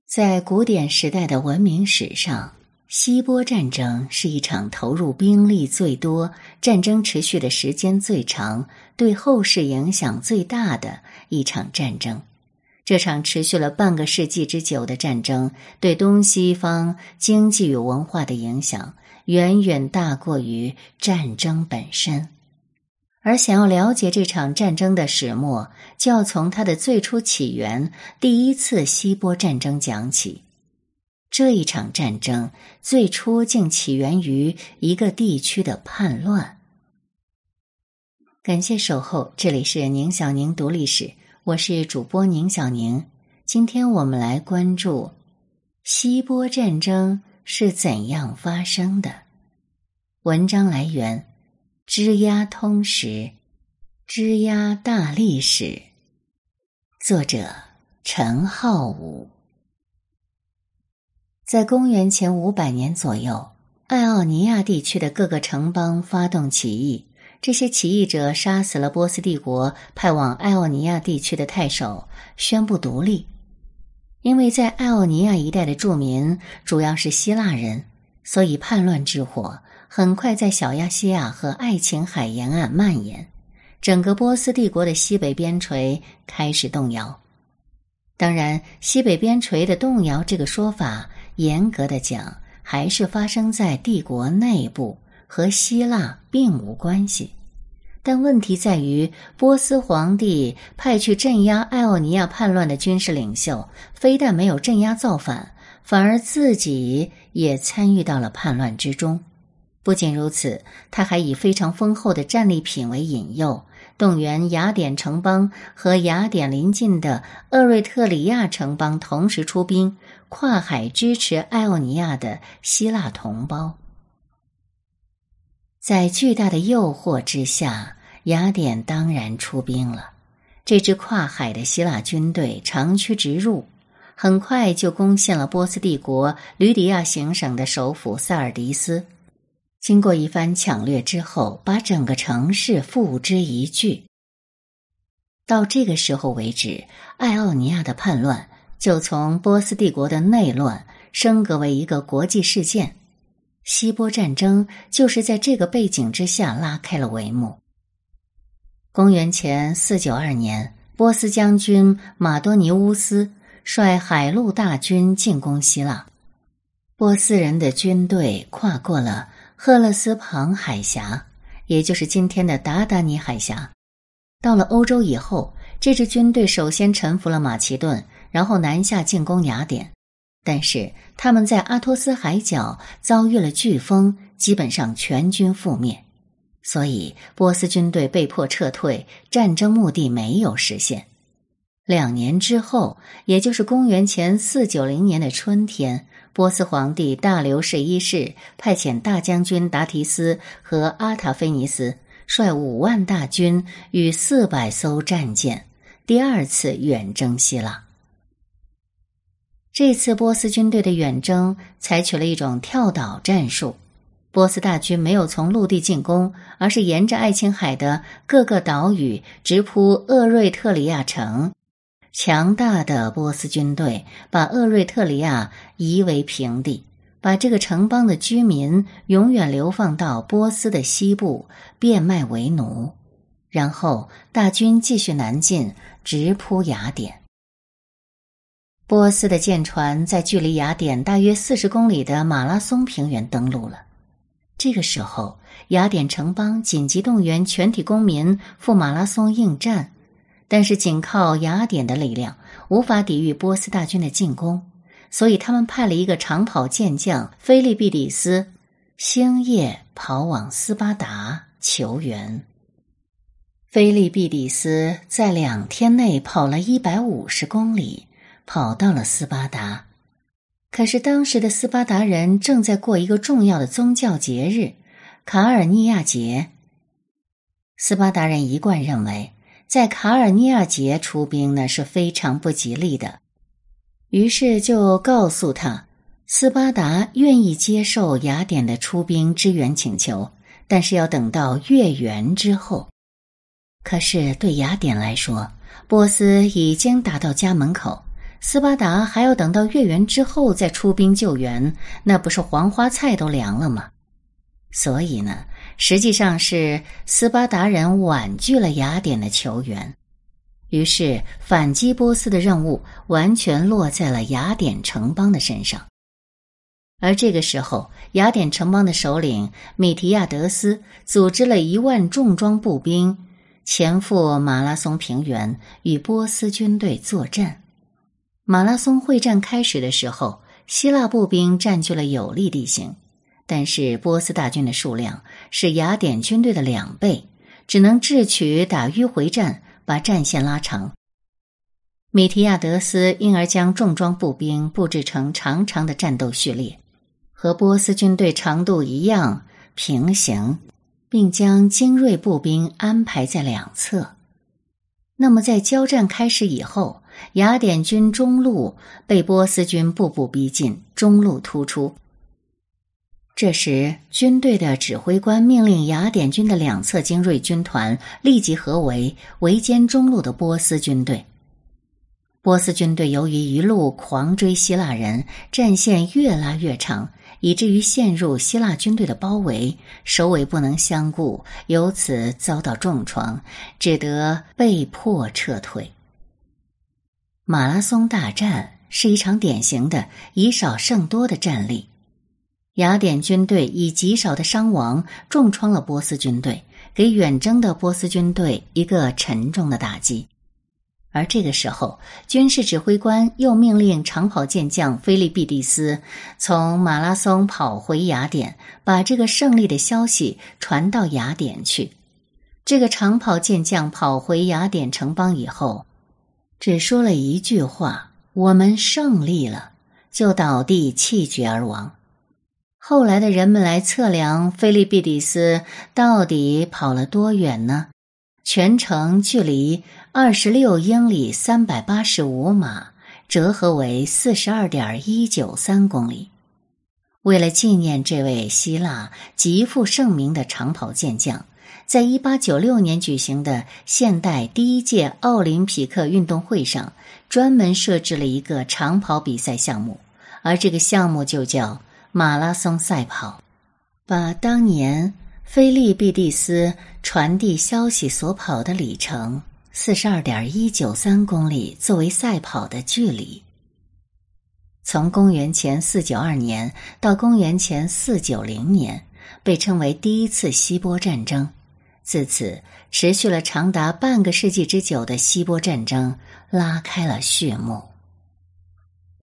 在古典时代的文明史上，希波战争是一场投入兵力最多、战争持续的时间最长、对后世影响最大的一场战争。这场持续了半个世纪之久的战争，对东西方经济与文化的影响远远大过于战争本身。而想要了解这场战争的始末，就要从它的最初起源——第一次希波战争讲起。这一场战争最初竟起源于一个地区的叛乱。感谢守候，这里是宁小宁读历史，我是主播宁小宁。今天我们来关注希波战争是怎样发生的。文章来源枝丫通识，枝丫大历史，作者陈浩武。在公元前500年左右，爱奥尼亚地区的各个城邦发动起义，这些起义者杀死了波斯帝国派往爱奥尼亚地区的太守，宣布独立。因为在爱奥尼亚一带的住民主要是希腊人，所以叛乱之火很快在小亚细亚和爱琴海沿岸蔓延，整个波斯帝国的西北边陲开始动摇。当然，西北边陲的动摇这个说法，严格的讲，还是发生在帝国内部，和希腊并无关系。但问题在于，波斯皇帝派去镇压爱奥尼亚叛乱的军事领袖，非但没有镇压造反，反而自己也参与到了叛乱之中。不仅如此，他还以非常丰厚的战利品为引诱，动员雅典城邦和雅典邻近的厄瑞特里亚城邦同时出兵，跨海支持爱奥尼亚的希腊同胞。在巨大的诱惑之下，雅典当然出兵了。这支跨海的希腊军队长驱直入，很快就攻陷了波斯帝国吕底亚行省的首府萨尔迪斯。经过一番抢掠之后，把整个城市付之一炬。到这个时候为止，爱奥尼亚的叛乱就从波斯帝国的内乱升格为一个国际事件。希波战争就是在这个背景之下拉开了帷幕。公元前492年，波斯将军马多尼乌斯率海陆大军进攻希腊。波斯人的军队跨过了赫勒斯旁海峡，也就是今天的达达尼海峡。到了欧洲以后，这支军队首先臣服了马其顿，然后南下进攻雅典。但是他们在阿托斯海角遭遇了飓风，基本上全军覆灭。所以波斯军队被迫撤退，战争目的没有实现。2年之后，也就是公元前490年的春天，波斯皇帝大流士一世派遣大将军达提斯和阿塔菲尼斯率5万大军与400艘战舰，第2次远征希腊。这次波斯军队的远征采取了一种跳岛战术，波斯大军没有从陆地进攻，而是沿着爱琴海的各个岛屿直扑厄瑞特里亚城。强大的波斯军队把厄瑞特里亚夷为平地，把这个城邦的居民永远流放到波斯的西部，变卖为奴。然后大军继续南进，直扑雅典。波斯的舰船在距离雅典大约40公里的马拉松平原登陆了。这个时候，雅典城邦紧急动员全体公民赴马拉松应战，但是仅靠雅典的力量无法抵御波斯大军的进攻，所以他们派了一个长跑健将菲利庇底斯，星夜跑往斯巴达求援。菲利庇底斯在2天内跑了150公里，跑到了斯巴达。可是当时的斯巴达人正在过一个重要的宗教节日——卡尔尼亚节。斯巴达人一贯认为，在卡尔尼亚节出兵呢是非常不吉利的，于是就告诉他，斯巴达愿意接受雅典的出兵支援请求，但是要等到月圆之后。可是对雅典来说，波斯已经打到家门口， 斯巴达还要等到月圆之后再出兵救援，那不是黄花菜都凉了吗？所以呢，实际上是斯巴达人婉拒了雅典的求援，于是反击波斯的任务完全落在了雅典城邦的身上。而这个时候，雅典城邦的首领米提亚德斯组织了1万重装步兵前赴马拉松平原与波斯军队作战。马拉松会战开始的时候，希腊步兵占据了有利地形，但是波斯大军的数量是雅典军队的2倍，只能智取打迂回战，把战线拉长。米提亚德斯因而将重装步兵布置成长长的战斗序列，和波斯军队长度一样平行，并将精锐步兵安排在2侧。那么在交战开始以后，雅典军中路被波斯军步步逼近，中路突出。这时，军队的指挥官命令雅典军的2侧精锐军团立即合围，围歼中路的波斯军队。波斯军队由于一路狂追希腊人，战线越拉越长，以至于陷入希腊军队的包围，首尾不能相顾，由此遭到重创，只得被迫撤退。马拉松大战是一场典型的以少胜多的战例。雅典军队以极少的伤亡重创了波斯军队，给远征的波斯军队一个沉重的打击。而这个时候，军事指挥官又命令长跑健将菲利必帝斯从马拉松跑回雅典，把这个胜利的消息传到雅典去。这个长跑健将跑回雅典城邦以后，只说了一句话：“我们胜利了”，就倒地气绝而亡。后来的人们来测量菲利必帝斯到底跑了多远呢？全程距离26英里385码，折合为42.193公里。为了纪念这位希腊极负盛名的长跑健将，在1896年举行的现代第1届奥林匹克运动会上，专门设置了一个长跑比赛项目，而这个项目就叫马拉松赛跑，把当年菲利必帝斯传递消息所跑的里程42.193公里作为赛跑的距离。从公元前492年到公元前490年，被称为第一次希波战争。自此，持续了长达半个世纪之久的希波战争拉开了序幕。